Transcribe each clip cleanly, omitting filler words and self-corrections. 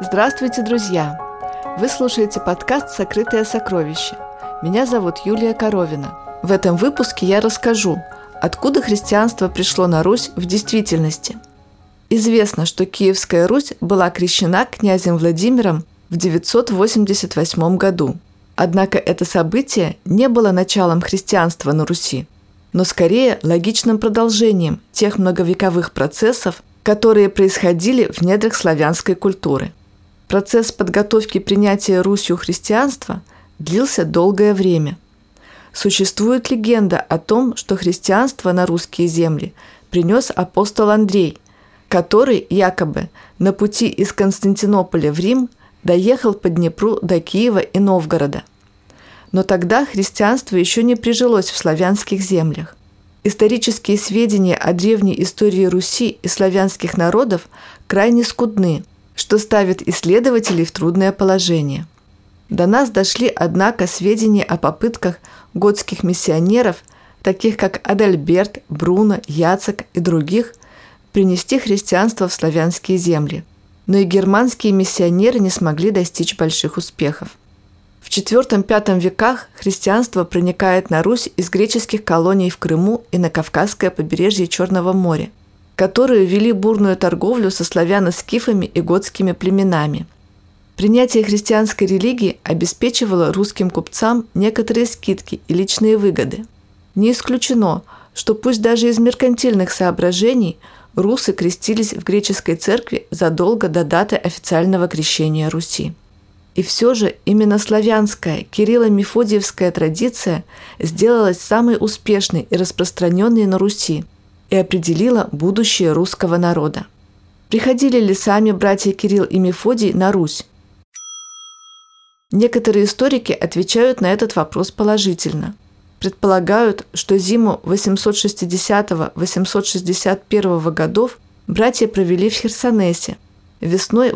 Здравствуйте, друзья! Вы слушаете подкаст «Сокрытое сокровище». Меня зовут Юлия Коровина. В этом выпуске я расскажу, откуда христианство пришло на Русь в действительности. Известно, что Киевская Русь была крещена князем Владимиром в 988 году. Однако это событие не было началом христианства на Руси, но скорее логичным продолжением тех многовековых процессов, которые происходили в недрах славянской культуры. Процесс подготовки принятия Русью христианства длился долгое время. Существует легенда о том, что христианство на русские земли принес апостол Андрей, который якобы на пути из Константинополя в Рим доехал по Днепру до Киева и Новгорода. Но тогда христианство еще не прижилось в славянских землях. Исторические сведения о древней истории Руси и славянских народов крайне скудны, что ставит исследователей в трудное положение. До нас дошли, однако, сведения о попытках готских миссионеров, таких как Адальберт, Бруно, Яцек и других, принести христианство в славянские земли. Но и германские миссионеры не смогли достичь больших успехов. В IV-V веках христианство проникает на Русь из греческих колоний в Крыму и на Кавказское побережье Черного моря, которые вели бурную торговлю со славяно-скифами и готскими племенами. Принятие христианской религии обеспечивало русским купцам некоторые скидки и личные выгоды. Не исключено, что пусть даже из меркантильных соображений русы крестились в греческой церкви задолго до даты официального крещения Руси. И все же именно славянская, кирилло-мефодиевская традиция сделалась самой успешной и распространенной на Руси и определила будущее русского народа. Приходили ли сами братья Кирилл и Мефодий на Русь? Некоторые историки отвечают на этот вопрос положительно. Предполагают, что зиму 860-861 годов братья провели в Херсонесе. Весной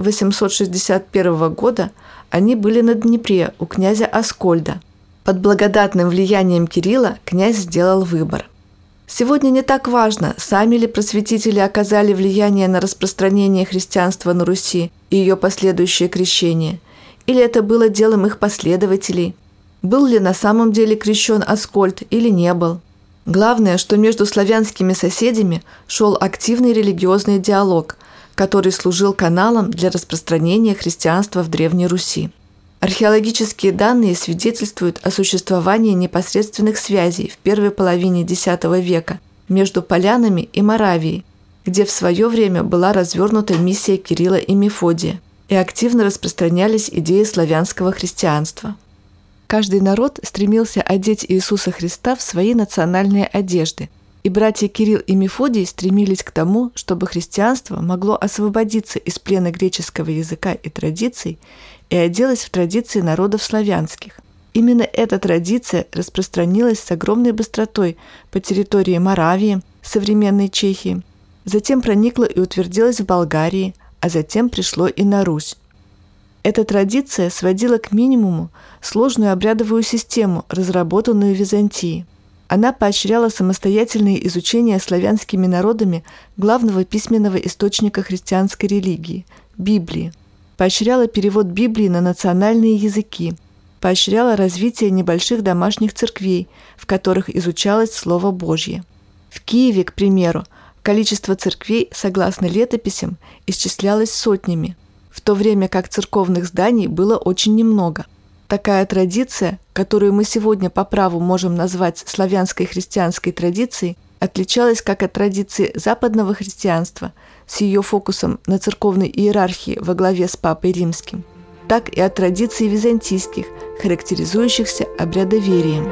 861 года они были на Днепре у князя Аскольда. Под благодатным влиянием Кирилла князь сделал выбор. Сегодня не так важно, сами ли просветители оказали влияние на распространение христианства на Руси и ее последующее крещение, или это было делом их последователей, был ли на самом деле крещен Аскольд или не был. Главное, что между славянскими соседями шел активный религиозный диалог, который служил каналом для распространения христианства в Древней Руси. Археологические данные свидетельствуют о существовании непосредственных связей в первой половине X века между полянами и Моравией, где в свое время была развернута миссия Кирилла и Мефодия, и активно распространялись идеи славянского христианства. Каждый народ стремился одеть Иисуса Христа в свои национальные одежды, и братья Кирилл и Мефодий стремились к тому, чтобы христианство могло освободиться из плена греческого языка и традиций и оделось в традиции народов славянских. Именно эта традиция распространилась с огромной быстротой по территории Моравии, современной Чехии, затем проникла и утвердилась в Болгарии, а затем пришло и на Русь. Эта традиция сводила к минимуму сложную обрядовую систему, разработанную в Византии. Она поощряла самостоятельное изучение славянскими народами главного письменного источника христианской религии – Библии, поощряла перевод Библии на национальные языки, поощряла развитие небольших домашних церквей, в которых изучалось Слово Божье. В Киеве, к примеру, количество церквей, согласно летописям, исчислялось сотнями, в то время как церковных зданий было очень немного. Такая традиция, которую мы сегодня по праву можем назвать славянской христианской традицией, отличалась как от традиции западного христианства с ее фокусом на церковной иерархии во главе с Папой Римским, так и от традиций византийских, характеризующихся обрядоверием.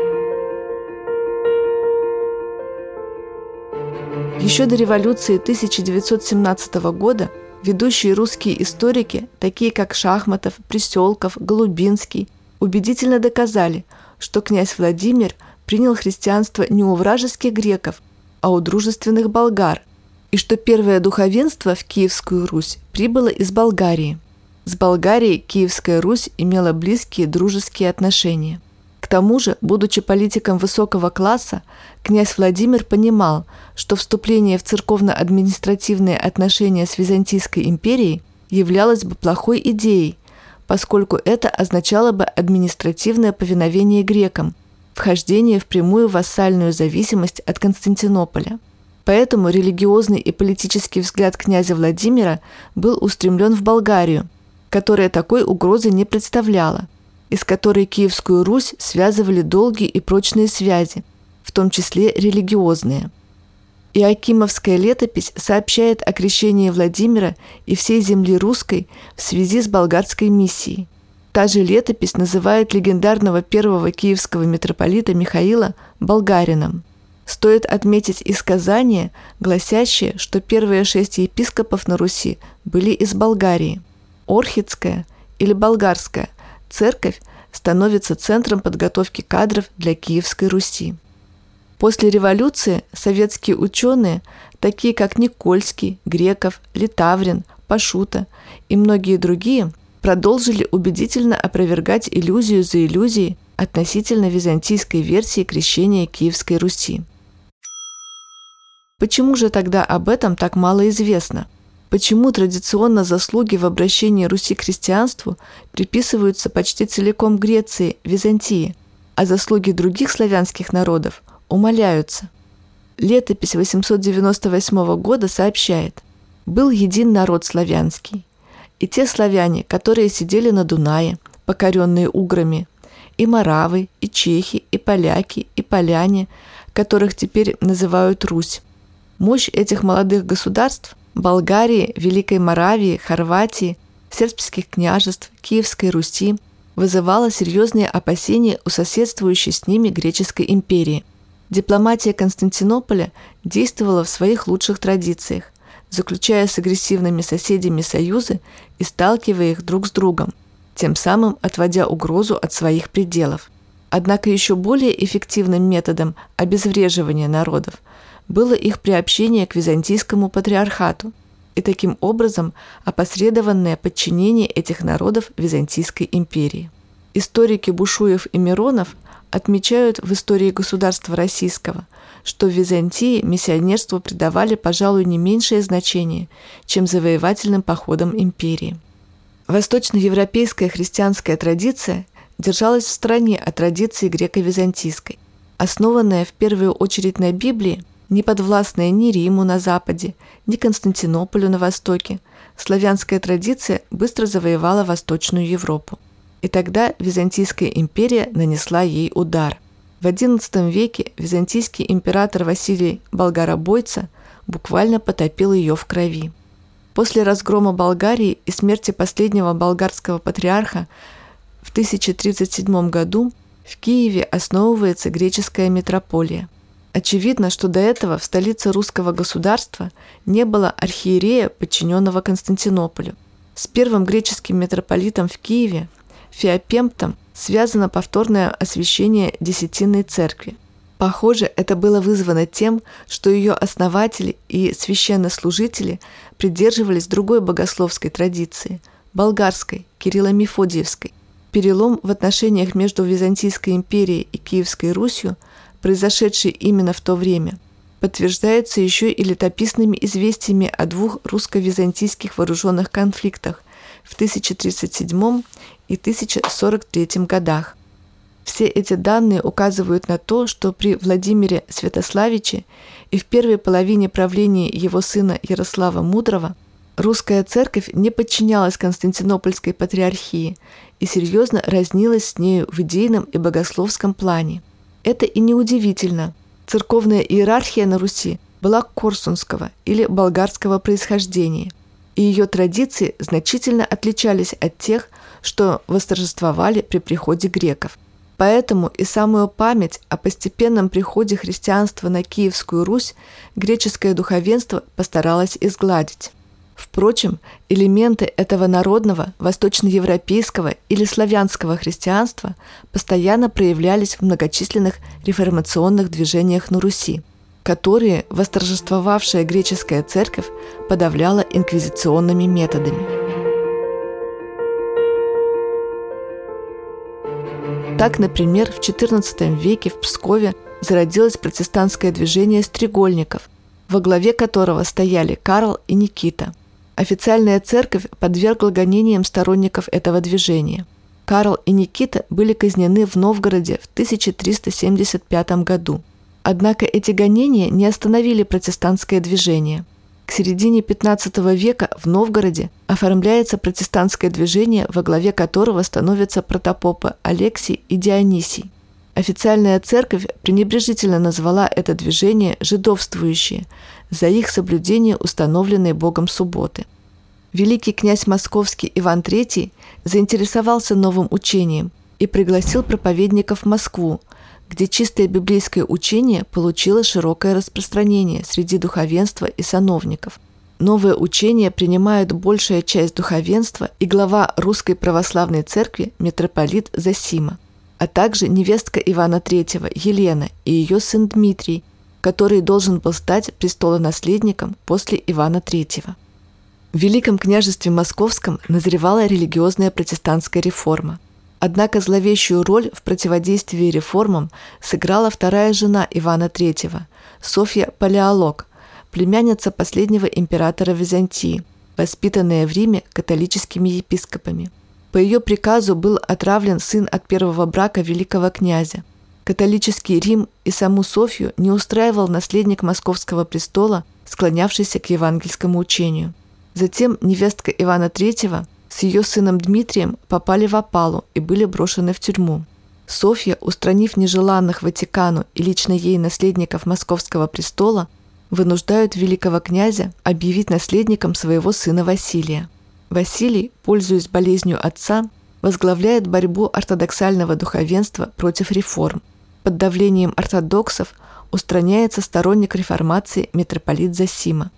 Еще до революции 1917 года ведущие русские историки, такие как Шахматов, Преселков, Голубинский, убедительно доказали, что князь Владимир принял христианство не у вражеских греков, а у дружественных болгар, и что первое духовенство в Киевскую Русь прибыло из Болгарии. С Болгарией Киевская Русь имела близкие дружеские отношения. К тому же, будучи политиком высокого класса, князь Владимир понимал, что вступление в церковно-административные отношения с Византийской империей являлось бы плохой идеей, поскольку это означало бы административное повиновение грекам, вхождение в прямую вассальную зависимость от Константинополя. Поэтому религиозный и политический взгляд князя Владимира был устремлен в Болгарию, которая такой угрозы не представляла, и с которой Киевскую Русь связывали долгие и прочные связи, в том числе религиозные. Иоакимовская летопись сообщает о крещении Владимира и всей земли русской в связи с болгарской миссией. Та же летопись называет легендарного первого киевского митрополита Михаила болгарином. Стоит отметить и сказание, гласящее, что первые 6 епископов на Руси были из Болгарии. Орхидская или болгарская церковь становится центром подготовки кадров для Киевской Руси. После революции советские ученые, такие как Никольский, Греков, Литаврин, Пашута и многие другие, продолжили убедительно опровергать иллюзию за иллюзией относительно византийской версии крещения Киевской Руси. Почему же тогда об этом так мало известно? Почему традиционно заслуги в обращении Руси к христианству приписываются почти целиком Греции, Византии, а заслуги других славянских народов умаляются? Летопись 898 года сообщает: «Был един народ славянский, и те славяне, которые сидели на Дунае, покоренные уграми, и моравы, и чехи, и поляки, и поляне, которых теперь называют Русь. Мощь этих молодых государств – Болгарии, Великой Моравии, Хорватии, сербских княжеств, Киевской Руси – вызывала серьезные опасения у соседствующей с ними Греческой империи. Дипломатия Константинополя действовала в своих лучших традициях, заключая с агрессивными соседями союзы и сталкивая их друг с другом, тем самым отводя угрозу от своих пределов. Однако еще более эффективным методом обезвреживания народов было их приобщение к византийскому патриархату и таким образом опосредованное подчинение этих народов Византийской империи. Историки Бушуев и Миронов отмечают в истории государства российского, что в Византии миссионерству придавали, пожалуй, не меньшее значение, чем завоевательным походам империи. Восточноевропейская христианская традиция держалась в стороне от традиции греко-византийской, основанная в первую очередь на Библии, не подвластная ни Риму на западе, ни Константинополю на востоке. Славянская традиция быстро завоевала Восточную Европу. И тогда Византийская империя нанесла ей удар. В XI веке византийский император Василий Болгаробойца буквально потопил ее в крови. После разгрома Болгарии и смерти последнего болгарского патриарха в 1037 году в Киеве основывается греческая митрополия. Очевидно, что до этого в столице русского государства не было архиерея, подчиненного Константинополю. С первым греческим митрополитом в Киеве, Феопемптом, связано повторное освящение Десятинной церкви. Похоже, это было вызвано тем, что ее основатели и священнослужители придерживались другой богословской традиции – болгарской, Кирилло-Мефодиевской. Перелом в отношениях между Византийской империей и Киевской Русью, произошедший именно в то время, подтверждается еще и летописными известиями о 2 русско-византийских вооруженных конфликтах в 1037 и 1043 годах. Все эти данные указывают на то, что при Владимире Святославиче и в первой половине правления его сына Ярослава Мудрого русская церковь не подчинялась Константинопольской патриархии и серьезно разнилась с нею в идейном и богословском плане. Это и неудивительно. Церковная иерархия на Руси была корсунского или болгарского происхождения, и ее традиции значительно отличались от тех, что восторжествовали при приходе греков. Поэтому и самую память о постепенном приходе христианства на Киевскую Русь греческое духовенство постаралось изгладить. Впрочем, элементы этого народного, восточноевропейского или славянского христианства постоянно проявлялись в многочисленных реформационных движениях на Руси, которые восторжествовавшая греческая церковь подавляла инквизиционными методами. Так, например, в XIV веке в Пскове зародилось протестантское движение стрегольников, во главе которого стояли Карл и Никита. Официальная церковь подвергла гонениям сторонников этого движения. Карл и Никита были казнены в Новгороде в 1375 году. Однако эти гонения не остановили протестантское движение. К середине XV века в Новгороде оформляется протестантское движение, во главе которого становятся протопопы Алексий и Дионисий. Официальная церковь пренебрежительно назвала это движение «жидовствующие» за их соблюдение установленной Богом субботы. Великий князь московский Иван III заинтересовался новым учением и пригласил проповедников в Москву, где чистое библейское учение получило широкое распространение среди духовенства и сановников. Новое учение принимают большая часть духовенства и глава Русской Православной Церкви митрополит Зосима, а также невестка Ивана III Елена и ее сын Дмитрий, который должен был стать престолонаследником после Ивана III. В Великом княжестве Московском назревала религиозная протестантская реформа. Однако зловещую роль в противодействии реформам сыграла вторая жена Ивана III, Софья Палеолог, племянница последнего императора Византии, воспитанная в Риме католическими епископами. По ее приказу был отравлен сын от первого брака великого князя. Католический Рим и саму Софью не устраивал наследник московского престола, склонявшийся к евангельскому учению. Затем невестка Ивана III с ее сыном Дмитрием попали в опалу и были брошены в тюрьму. Софья, устранив нежеланных Ватикану и лично ей наследников московского престола, вынуждают великого князя объявить наследником своего сына Василия. Василий, пользуясь болезнью отца, возглавляет борьбу ортодоксального духовенства против реформ. Под давлением ортодоксов устраняется сторонник реформации митрополит Зосима.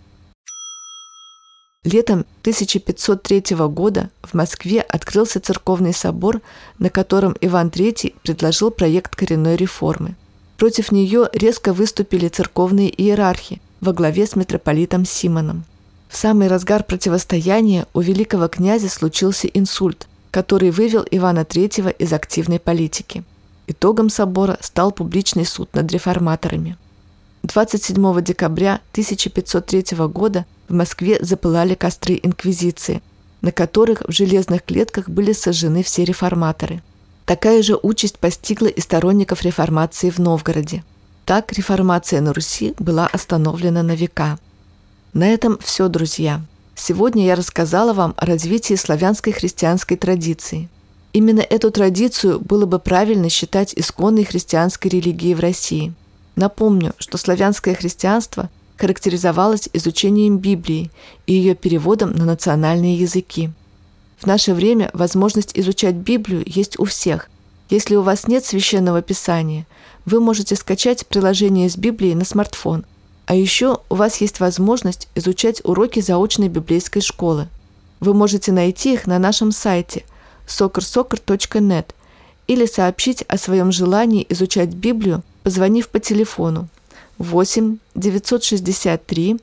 Летом 1503 года в Москве открылся церковный собор, на котором Иван III предложил проект коренной реформы. Против нее резко выступили церковные иерархи во главе с митрополитом Симоном. В самый разгар противостояния у великого князя случился инсульт, который вывел Ивана III из активной политики. Итогом собора стал публичный суд над реформаторами. 27 декабря 1503 года в Москве запылали костры инквизиции, на которых в железных клетках были сожжены все реформаторы. Такая же участь постигла и сторонников реформации в Новгороде. Так реформация на Руси была остановлена на века. На этом все, друзья. Сегодня я рассказала вам о развитии славянской христианской традиции. Именно эту традицию было бы правильно считать исконной христианской религией в России. Напомню, что славянское христианство характеризовалось изучением Библии и ее переводом на национальные языки. В наше время возможность изучать Библию есть у всех. Если у вас нет священного писания, вы можете скачать приложение с Библией на смартфон. А еще у вас есть возможность изучать уроки заочной библейской школы. Вы можете найти их на нашем сайте sokersoccer.net или сообщить о своем желании изучать Библию, позвонив по телефону 8 963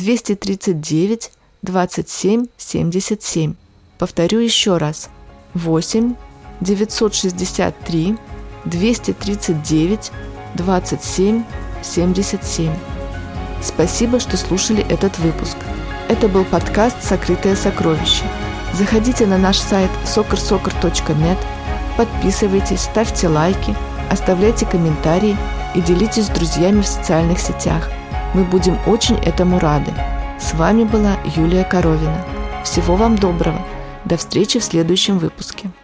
239 27 77. Повторю еще раз. 8 963 239 27 77. Спасибо, что слушали этот выпуск. Это был подкаст «Сокрытое сокровище». Заходите на наш сайт sokersoccer.net, подписывайтесь, ставьте лайки, оставляйте комментарии и делитесь с друзьями в социальных сетях. Мы будем очень этому рады. С вами была Юлия Коровина. Всего вам доброго. До встречи в следующем выпуске.